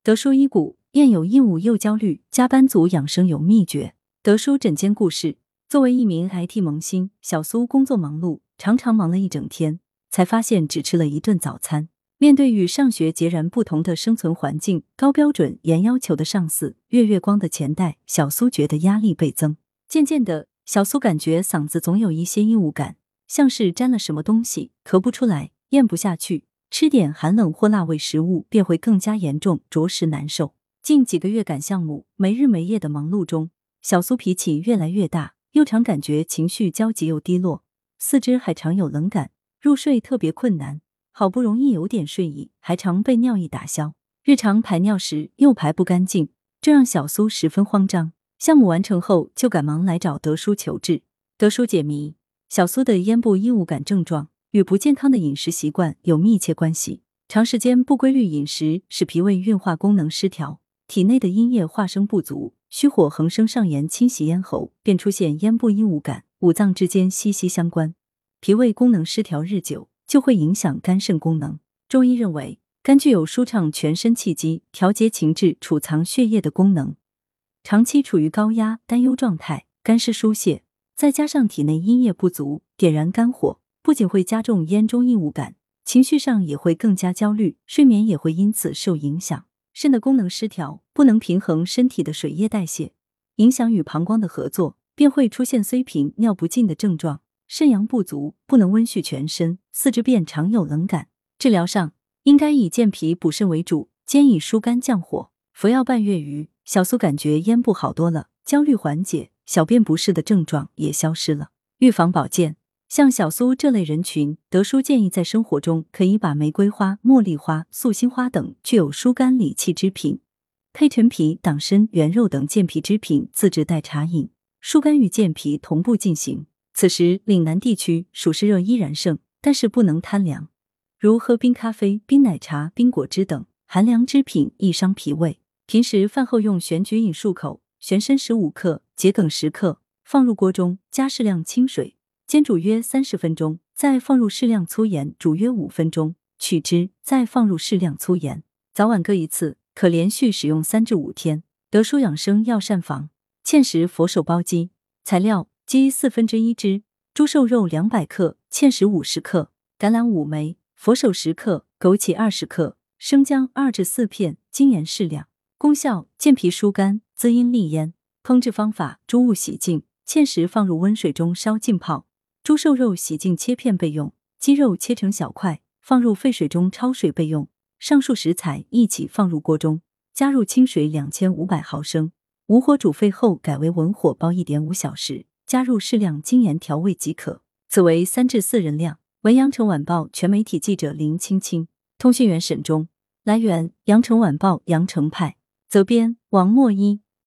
德叔医骨，验有厌恶又焦虑，加班族养生有秘诀。德叔诊间故事。作为一名 IT 萌新，小苏工作忙碌，常常忙了一整天，才发现只吃了一顿早餐。面对与上学截然不同的生存环境，高标准、严要求的上司，月光的钱袋，小苏觉得压力倍增。渐渐的，小苏感觉嗓子总有一些异物感，像是沾了什么东西，咳不出来，咽不下去。吃点寒冷或辣味食物便会更加严重，着实难受。近几个月赶项目，没日没夜的忙碌中，小苏脾气越来越大，又常感觉情绪焦急又低落，四肢还常有冷感，入睡特别困难，好不容易有点睡意，还常被尿意打消。日常排尿时又排不干净，这让小苏十分慌张。项目完成后，就赶忙来找德叔求治。德叔解谜：小苏的咽部异物感症状与不健康的饮食习惯有密切关系。长时间不规律饮食使脾胃运化功能失调，体内的阴液化生不足，虚火横生上炎侵袭咽喉，便出现咽部异物感。五脏之间息息相关，脾胃功能失调日久，就会影响肝肾功能。中医认为，肝具有舒畅全身气机、调节情志、储藏血液的功能。长期处于高压、担忧状态，肝湿疏泄，再加上体内阴液不足，点燃肝火，不仅会加重咽中异物感，情绪上也会更加焦虑，睡眠也会因此受影响。肾的功能失调，不能平衡身体的水液代谢，影响与膀胱的合作，便会出现燧频、尿不尽的症状。肾阳不足，不能温煦全身，四肢便常有冷感。治疗上，应该以健脾补肾为主，兼以疏肝降火。服药半月余，小苏感觉咽部好多了，焦虑缓解，小便不适的症状也消失了。预防保健，像小苏这类人群，德叔建议在生活中可以把玫瑰花、茉莉花、素心花等具有疏肝理气之品，配陈皮、党参、圆肉等健脾之品自制代茶饮，疏肝与健脾同步进行。此时岭南地区暑湿热依然盛，但是不能贪凉，如喝冰咖啡、冰奶茶、冰果汁等寒凉之品易伤脾胃。平时饭后用玄菊饮数口，玄参15克，桔梗10克，放入锅中，加适量清水，煎煮约30分钟，再放入适量粗盐煮约5分钟，取汁，再放入适量粗盐，早晚各一次，可连续使用3至5天。德叔养生药膳房，芡实佛手剥鸡。材料：鸡1/4只，猪瘦肉200克，芡实50克，橄榄5枚，佛手10克，枸杞20克，生姜2至4片，精盐适量。功效：健脾疏肝，滋阴利咽。烹制方法：猪物洗净，芡实放入温水中烧浸泡，猪瘦肉洗净切片备用，鸡肉切成小块，放入沸水中焯水备用。上述食材一起放入锅中，加入清水2500毫升，无火煮沸后改为文火煲 1.5 小时，加入适量精盐调味即可。此为3至4人量。文阳城晚报全媒体记者林青青，通讯员沈忠。来源：阳城晚报阳城派，责编：王墨一。